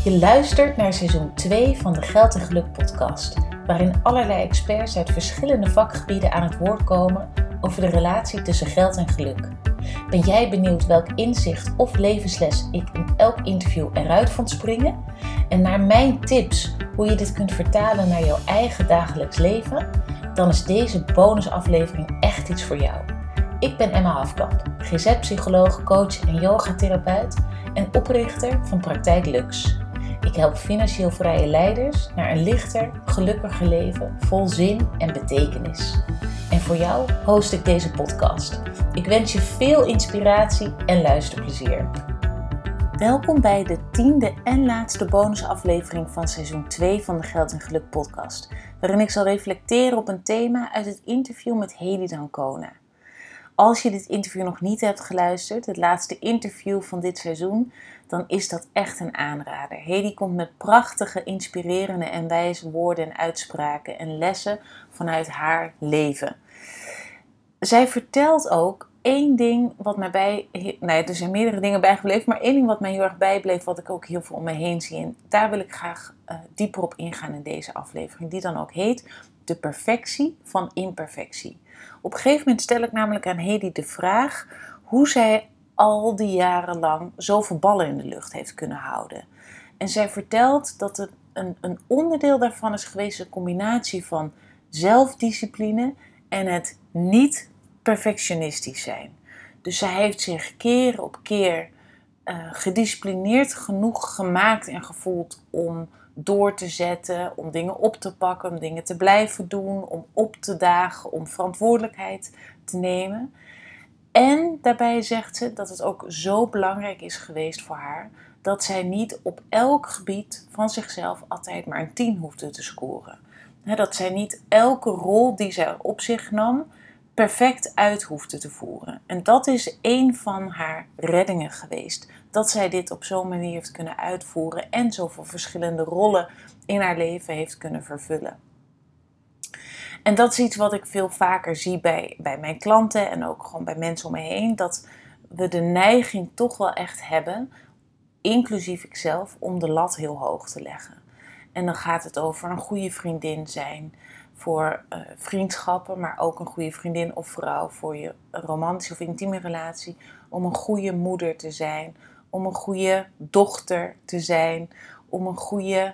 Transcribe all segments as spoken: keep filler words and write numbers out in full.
Je luistert naar seizoen twee van de Geld en Geluk podcast, waarin allerlei experts uit verschillende vakgebieden aan het woord komen over de relatie tussen geld en geluk. Ben jij benieuwd welk inzicht of levensles ik in elk interview eruit vond springen? En naar mijn tips hoe je dit kunt vertalen naar jouw eigen dagelijks leven? Dan is deze bonusaflevering echt iets voor jou. Ik ben Emma Hafkamp, G Z-psycholoog, coach en yogatherapeut en oprichter van Praktijk Lux. Ik help financieel vrije leiders naar een lichter, gelukkiger leven vol zin en betekenis. En voor jou host ik deze podcast. Ik wens je veel inspiratie en luisterplezier. Welkom bij de tiende en laatste bonusaflevering van seizoen twee van de Geld en Geluk podcast, waarin ik zal reflecteren op een thema uit het interview met Hedy Dancona. Als je dit interview nog niet hebt geluisterd, het laatste interview van dit seizoen, dan is dat echt een aanrader. Hedy komt met prachtige, inspirerende en wijze woorden en uitspraken en lessen vanuit haar leven. Zij vertelt ook één ding wat mij bij... Nou, er zijn meerdere dingen bijgebleven, maar één ding wat mij heel erg bijbleef, wat ik ook heel veel om me heen zie. En daar wil ik graag uh, dieper op ingaan in deze aflevering, die dan ook heet De perfectie van imperfectie. Op een gegeven moment stel ik namelijk aan Hedy de vraag hoe zij al die jaren lang zoveel ballen in de lucht heeft kunnen houden. En zij vertelt dat het een, een onderdeel daarvan is geweest een combinatie van zelfdiscipline en het niet perfectionistisch zijn. Dus zij heeft zich keer op keer uh, gedisciplineerd genoeg gemaakt en gevoeld om door te zetten, om dingen op te pakken, om dingen te blijven doen, om op te dagen, om verantwoordelijkheid te nemen. En daarbij zegt ze dat het ook zo belangrijk is geweest voor haar dat zij niet op elk gebied van zichzelf altijd maar een tien hoefde te scoren. Dat zij niet elke rol die zij op zich nam perfect uit hoefde te voeren. En dat is één van haar reddingen geweest. Dat zij dit op zo'n manier heeft kunnen uitvoeren en zoveel verschillende rollen in haar leven heeft kunnen vervullen. En dat is iets wat ik veel vaker zie bij, bij mijn klanten en ook gewoon bij mensen om me heen. Dat we de neiging toch wel echt hebben, inclusief ikzelf, om de lat heel hoog te leggen. En dan gaat het over een goede vriendin zijn voor uh, vriendschappen, maar ook een goede vriendin of vrouw voor je romantische of intieme relatie. Om een goede moeder te zijn, om een goede dochter te zijn, om een goede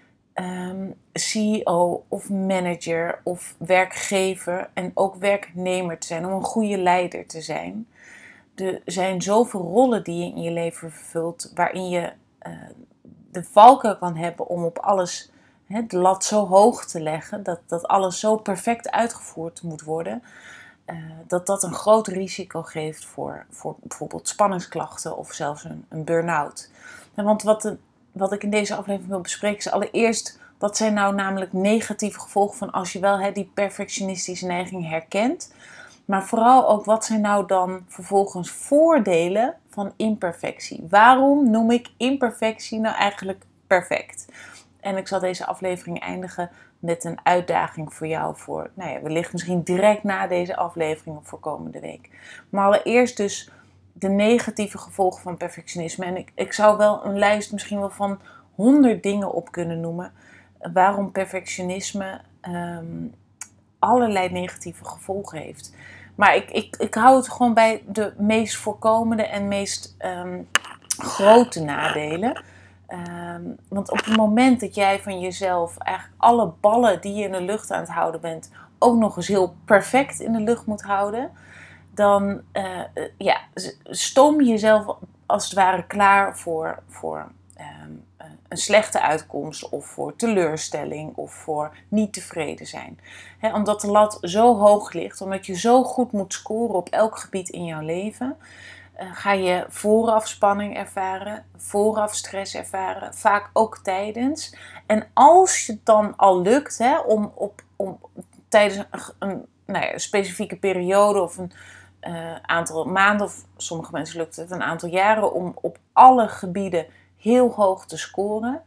um, C E O of manager of werkgever en ook werknemer te zijn, om een goede leider te zijn. Er zijn zoveel rollen die je in je leven vervult, waarin je uh, de valkuil kan hebben om op alles, he, de lat zo hoog te leggen, dat, dat alles zo perfect uitgevoerd moet worden, uh, dat dat een groot risico geeft voor, voor bijvoorbeeld spanningsklachten of zelfs een, een burn-out. En want wat, de, wat ik in deze aflevering wil bespreken is allereerst, wat zijn nou namelijk negatieve gevolgen van als je wel he, die perfectionistische neiging herkent. Maar vooral ook, wat zijn nou dan vervolgens voordelen van imperfectie? Waarom noem ik imperfectie nou eigenlijk perfect? En ik zal deze aflevering eindigen met een uitdaging voor jou voor, nou ja, wellicht misschien direct na deze aflevering of voor komende week. Maar allereerst dus de negatieve gevolgen van perfectionisme. En ik, ik zou wel een lijst misschien wel van honderd dingen op kunnen noemen waarom perfectionisme um, allerlei negatieve gevolgen heeft. Maar ik, ik, ik hou het gewoon bij de meest voorkomende en meest um, grote nadelen. Um, want op het moment dat jij van jezelf eigenlijk alle ballen die je in de lucht aan het houden bent, ook nog eens heel perfect in de lucht moet houden, dan uh, ja, stoom je jezelf als het ware klaar voor, voor um, een slechte uitkomst of voor teleurstelling of voor niet tevreden zijn. He, omdat de lat zo hoog ligt, omdat je zo goed moet scoren op elk gebied in jouw leven, uh, ga je vooraf spanning ervaren, vooraf stress ervaren, vaak ook tijdens. En als het dan al lukt he, om, op, om tijdens een, een, nou ja, een specifieke periode of een uh, aantal maanden, of sommige mensen lukt het een aantal jaren, om op alle gebieden heel hoog te scoren,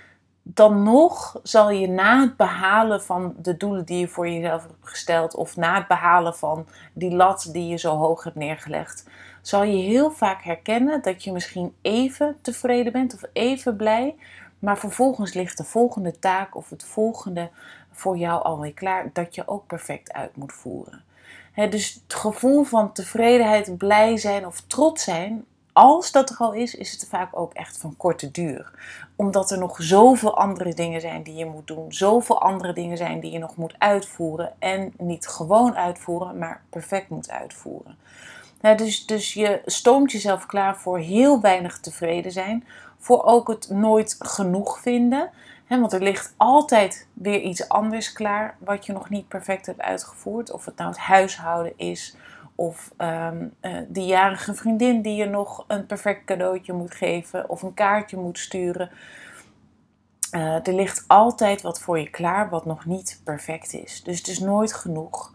dan nog zal je na het behalen van de doelen die je voor jezelf hebt gesteld, of na het behalen van die lat die je zo hoog hebt neergelegd, zal je heel vaak herkennen dat je misschien even tevreden bent of even blij, Maar vervolgens ligt de volgende taak of het volgende voor jou alweer klaar dat je ook perfect uit moet voeren. He, dus het gevoel van tevredenheid, blij zijn of trots zijn, als dat er al is, is het vaak ook echt van korte duur. Omdat er nog zoveel andere dingen zijn die je moet doen. Zoveel andere dingen zijn die je nog moet uitvoeren. En niet gewoon uitvoeren, maar perfect moet uitvoeren. He, dus, dus je stoomt jezelf klaar voor heel weinig tevreden zijn. Voor ook het nooit genoeg vinden. He, want er ligt altijd weer iets anders klaar wat je nog niet perfect hebt uitgevoerd. Of het nou het huishouden is. Of um, uh, die jarige vriendin die je nog een perfect cadeautje moet geven. Of een kaartje moet sturen. Uh, er ligt altijd wat voor je klaar wat nog niet perfect is. Dus het is nooit genoeg.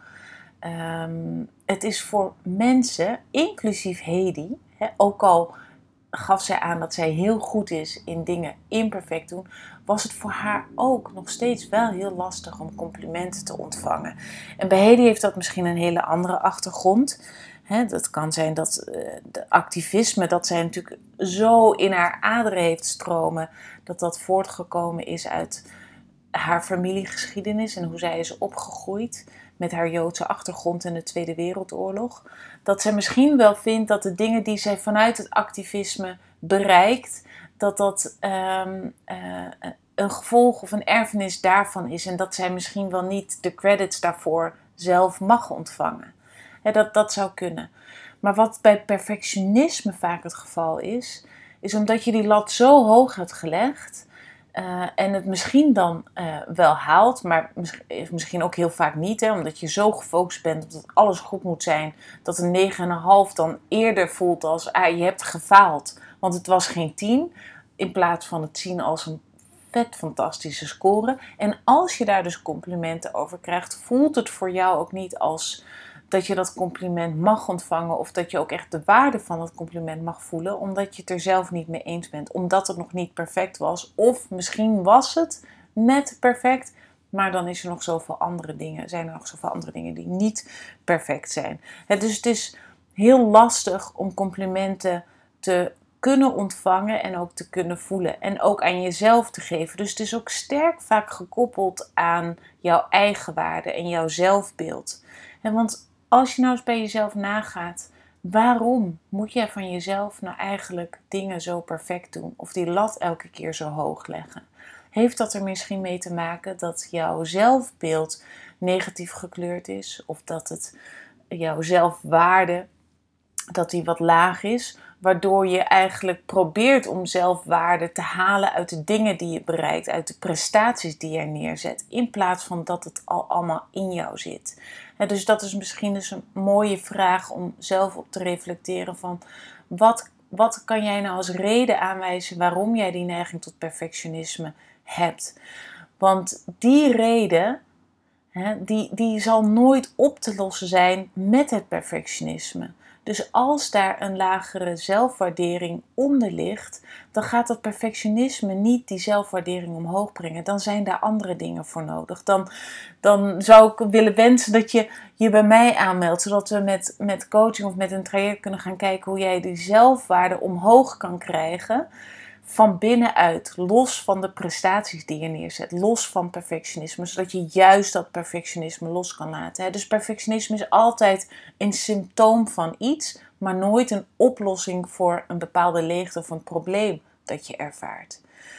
Um, het is voor mensen, inclusief Hedy, hè, ook al gaf zij aan dat zij heel goed is in dingen imperfect doen, was het voor haar ook nog steeds wel heel lastig om complimenten te ontvangen. En bij Hedy heeft dat misschien een hele andere achtergrond. He, dat kan zijn dat uh, de activisme, dat zij natuurlijk zo in haar aderen heeft stromen, dat dat voortgekomen is uit haar familiegeschiedenis en hoe zij is opgegroeid met haar Joodse achtergrond in de Tweede Wereldoorlog. Dat zij misschien wel vindt dat de dingen die zij vanuit het activisme bereikt, dat dat um, uh, een gevolg of een erfenis daarvan is. En dat zij misschien wel niet de credits daarvoor zelf mag ontvangen. Ja, dat, dat zou kunnen. Maar wat bij perfectionisme vaak het geval is, is omdat je die lat zo hoog hebt gelegd, Uh, en het misschien dan uh, wel haalt, maar misschien ook heel vaak niet. Hè, omdat je zo gefocust bent op dat alles goed moet zijn. Dat een negen komma vijf dan eerder voelt als ah, je hebt gefaald. Want het was geen tien. In plaats van het zien als een vet fantastische score. En als je daar dus complimenten over krijgt, voelt het voor jou ook niet als dat je dat compliment mag ontvangen. Of dat je ook echt de waarde van dat compliment mag voelen. Omdat je het er zelf niet mee eens bent. Omdat het nog niet perfect was. Of misschien was het net perfect. Maar dan is er nog zoveel andere dingen. Zijn er nog zoveel andere dingen die niet perfect zijn. Dus het is heel lastig om complimenten te kunnen ontvangen. En ook te kunnen voelen. En ook aan jezelf te geven. Dus het is ook sterk vaak gekoppeld aan jouw eigen waarde. En jouw zelfbeeld. En want als je nou eens bij jezelf nagaat, waarom moet jij van jezelf nou eigenlijk dingen zo perfect doen? Of die lat elke keer zo hoog leggen? Heeft dat er misschien mee te maken dat jouw zelfbeeld negatief gekleurd is? Of dat het jouw zelfwaarde, dat die wat laag is? Waardoor je eigenlijk probeert om zelfwaarde te halen uit de dingen die je bereikt, uit de prestaties die je neerzet, in plaats van dat het al allemaal in jou zit. Ja, dus dat is misschien dus een mooie vraag om zelf op te reflecteren van wat, wat kan jij nou als reden aanwijzen waarom jij die neiging tot perfectionisme hebt. Want die reden, hè, die, die zal nooit op te lossen zijn met het perfectionisme. Dus als daar een lagere zelfwaardering onder ligt, dan gaat dat perfectionisme niet die zelfwaardering omhoog brengen. Dan zijn daar andere dingen voor nodig. Dan, dan zou ik willen wensen dat je je bij mij aanmeldt, zodat we met, met coaching of met een traject kunnen gaan kijken hoe jij die zelfwaarde omhoog kan krijgen. Van binnenuit, los van de prestaties die je neerzet, los van perfectionisme, zodat je juist dat perfectionisme los kan laten. Dus perfectionisme is altijd een symptoom van iets, maar nooit een oplossing voor een bepaalde leegte of een probleem dat je ervaart.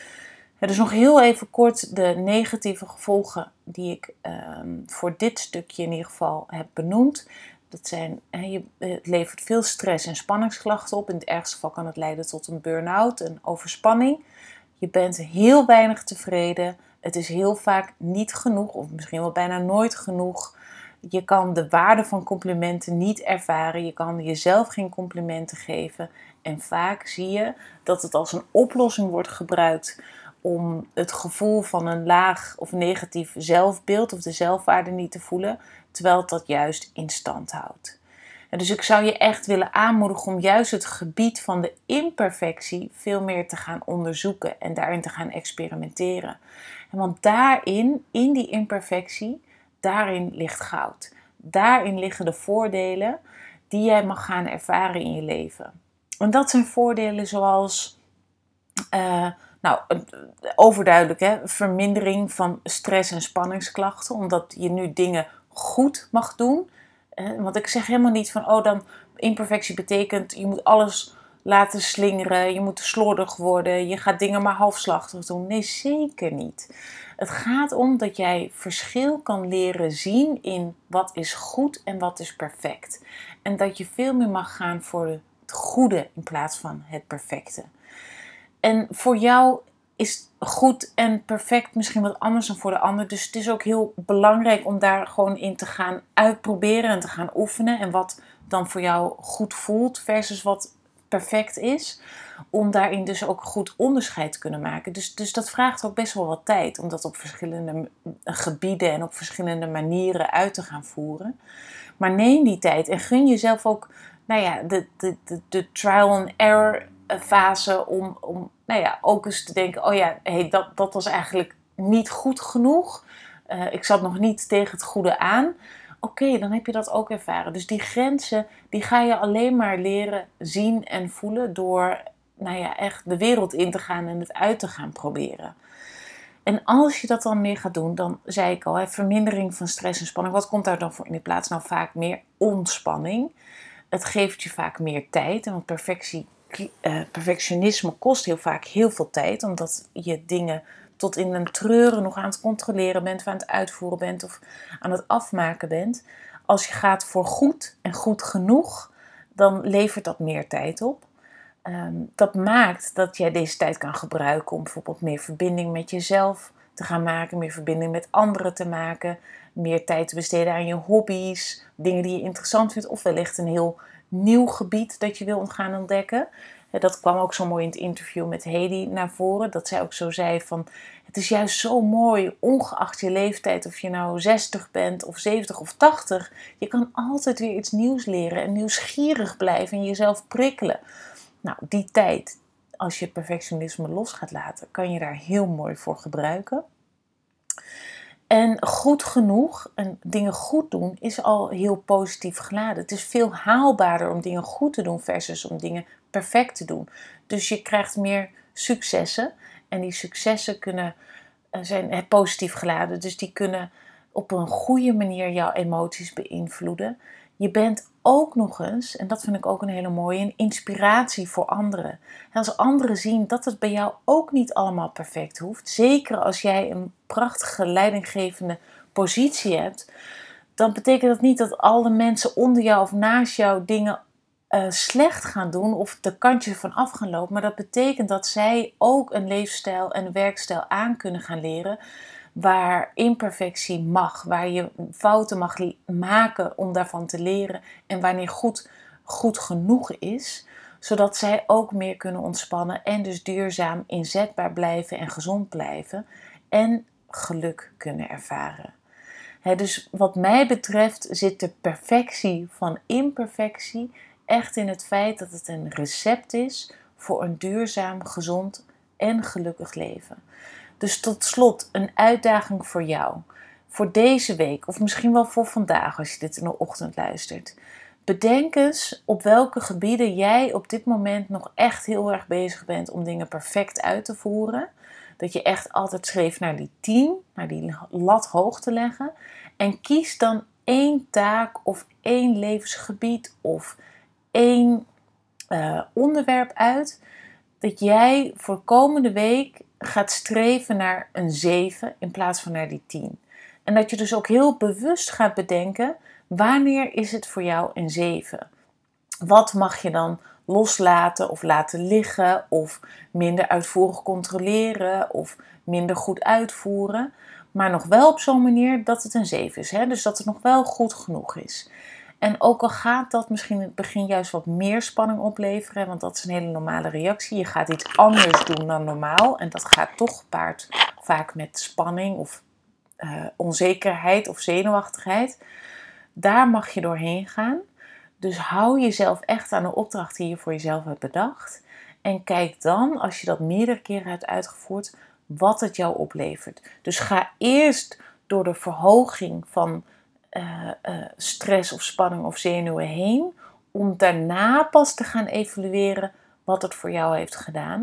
Dus nog heel even kort de negatieve gevolgen die ik um, voor dit stukje in ieder geval heb benoemd. Dat zijn, het levert veel stress en spanningsklachten op. In het ergste geval kan het leiden tot een burn-out, een overspanning. Je bent heel weinig tevreden. Het is heel vaak niet genoeg, of misschien wel bijna nooit genoeg. Je kan de waarde van complimenten niet ervaren. Je kan jezelf geen complimenten geven. En vaak zie je dat het als een oplossing wordt gebruikt om het gevoel van een laag of negatief zelfbeeld of de zelfwaarde niet te voelen, terwijl het dat juist in stand houdt. En dus ik zou je echt willen aanmoedigen om juist het gebied van de imperfectie veel meer te gaan onderzoeken en daarin te gaan experimenteren. En want daarin, in die imperfectie, daarin ligt goud. Daarin liggen de voordelen die jij mag gaan ervaren in je leven. En dat zijn voordelen zoals Uh, Nou, overduidelijk, hè? Vermindering van stress- en spanningsklachten, omdat je nu dingen goed mag doen. Want ik zeg helemaal niet van, oh, dan imperfectie betekent, je moet alles laten slingeren, je moet slordig worden, je gaat dingen maar halfslachtig doen. Nee, zeker niet. Het gaat om dat jij verschil kan leren zien in wat is goed en wat is perfect. En dat je veel meer mag gaan voor het goede in plaats van het perfecte. En voor jou is goed en perfect misschien wat anders dan voor de ander. Dus het is ook heel belangrijk om daar gewoon in te gaan uitproberen en te gaan oefenen. En wat dan voor jou goed voelt versus wat perfect is. Om daarin dus ook goed onderscheid te kunnen maken. Dus, dus dat vraagt ook best wel wat tijd. Om dat op verschillende gebieden en op verschillende manieren uit te gaan voeren. Maar neem die tijd en gun jezelf ook, nou ja, de, de, de, de trial and error fase om, om nou ja, ook eens te denken, oh ja, hey, dat, dat was eigenlijk niet goed genoeg. Uh, ik zat nog niet tegen het goede aan. Oké, okay, dan heb je dat ook ervaren. Dus die grenzen, die ga je alleen maar leren zien en voelen door, nou ja, echt de wereld in te gaan en het uit te gaan proberen. En als je dat dan meer gaat doen, dan zei ik al, hè, vermindering van stress en spanning. Wat komt daar dan voor in de plaats? Nou, vaak meer ontspanning. Het geeft je vaak meer tijd, want perfectie Uh, perfectionisme kost heel vaak heel veel tijd, omdat je dingen tot in een treuren nog aan het controleren bent, of aan het uitvoeren bent of aan het afmaken bent. Als je gaat voor goed en goed genoeg, dan levert dat meer tijd op. Um, dat maakt dat jij deze tijd kan gebruiken om bijvoorbeeld meer verbinding met jezelf te gaan maken, meer verbinding met anderen te maken, meer tijd te besteden aan je hobby's, dingen die je interessant vindt, of wellicht een heel nieuw gebied dat je wil gaan ontdekken. Dat kwam ook zo mooi in het interview met Hedy naar voren. Dat zij ook zo zei van, het is juist zo mooi, ongeacht je leeftijd, of je nou zestig bent of zeventig of tachtig. Je kan altijd weer iets nieuws leren en nieuwsgierig blijven en jezelf prikkelen. Nou, die tijd, als je perfectionisme los gaat laten, kan je daar heel mooi voor gebruiken. En goed genoeg, en dingen goed doen, is al heel positief geladen. Het is veel haalbaarder om dingen goed te doen versus om dingen perfect te doen. Dus je krijgt meer successen. En die successen kunnen, zijn positief geladen. Dus die kunnen op een goede manier jouw emoties beïnvloeden. Je bent ook nog eens, en dat vind ik ook een hele mooie, een inspiratie voor anderen. En als anderen zien dat het bij jou ook niet allemaal perfect hoeft, zeker als jij een prachtige leidinggevende positie hebt, dan betekent dat niet dat alle mensen onder jou of naast jou dingen uh, slecht gaan doen of de kantjes van af gaan lopen. Maar dat betekent dat zij ook een leefstijl en een werkstijl aan kunnen gaan leren waar imperfectie mag, waar je fouten mag maken om daarvan te leren en wanneer goed, goed genoeg is, zodat zij ook meer kunnen ontspannen en dus duurzaam inzetbaar blijven en gezond blijven en geluk kunnen ervaren. He, dus wat mij betreft zit de perfectie van imperfectie echt in het feit dat het een recept is voor een duurzaam, gezond en gelukkig leven. Dus tot slot een uitdaging voor jou. Voor deze week, of misschien wel voor vandaag als je dit in de ochtend luistert. Bedenk eens op welke gebieden jij op dit moment nog echt heel erg bezig bent om dingen perfect uit te voeren. Dat je echt altijd streeft naar die tien, naar die lat hoog te leggen. En kies dan één taak of één levensgebied of één uh, onderwerp uit. Dat jij voor komende week gaat streven naar een zeven in plaats van naar die tien. En dat je dus ook heel bewust gaat bedenken, wanneer is het voor jou een zeven? Wat mag je dan loslaten of laten liggen of minder uitvoerig controleren of minder goed uitvoeren, maar nog wel op zo'n manier dat het een zeven is. Hè? Dus dat het nog wel goed genoeg is. En ook al gaat dat misschien in het begin juist wat meer spanning opleveren, want dat is een hele normale reactie. Je gaat iets anders doen dan normaal en dat gaat toch gepaard vaak met spanning of uh, onzekerheid of zenuwachtigheid. Daar mag je doorheen gaan. Dus hou jezelf echt aan de opdracht die je voor jezelf hebt bedacht. En kijk dan, als je dat meerdere keren hebt uitgevoerd, wat het jou oplevert. Dus ga eerst door de verhoging van uh, uh, stress of spanning of zenuwen heen, om daarna pas te gaan evalueren wat het voor jou heeft gedaan.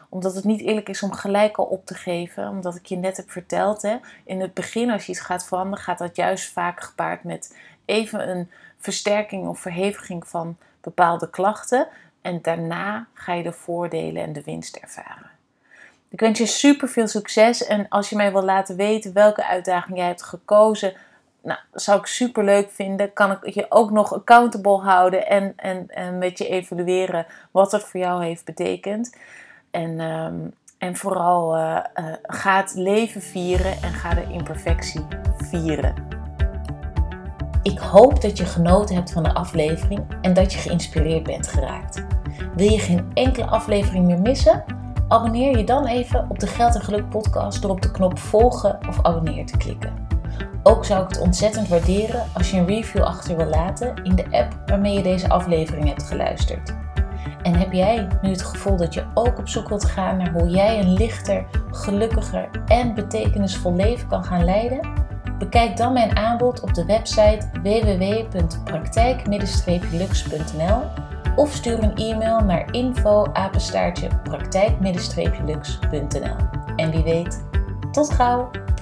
Omdat het niet eerlijk is om gelijk al op te geven. Omdat ik je net heb verteld, hè, in het begin als je iets gaat veranderen, gaat dat juist vaak gepaard met even een versterking of verheviging van bepaalde klachten. En daarna ga je de voordelen en de winst ervaren. Ik wens je super veel succes. En als je mij wil laten weten welke uitdaging jij hebt gekozen, nou, zou ik super leuk vinden. Kan ik je ook nog accountable houden en, en, en met je evalueren wat het voor jou heeft betekend. En, um, en vooral uh, uh, ga het leven vieren en ga de imperfectie vieren. Ik hoop dat je genoten hebt van de aflevering en dat je geïnspireerd bent geraakt. Wil je geen enkele aflevering meer missen? Abonneer je dan even op de Geld en Geluk podcast door op de knop volgen of abonneer te klikken. Ook zou ik het ontzettend waarderen als je een review achter wil laten in de app waarmee je deze aflevering hebt geluisterd. En heb jij nu het gevoel dat je ook op zoek wilt gaan naar hoe jij een lichter, gelukkiger en betekenisvol leven kan gaan leiden? Bekijk dan mijn aanbod op de website w w w punt praktijk lux punt n l of stuur een e-mail naar info apenstaartje praktijk lux punt n l. En wie weet, tot gauw!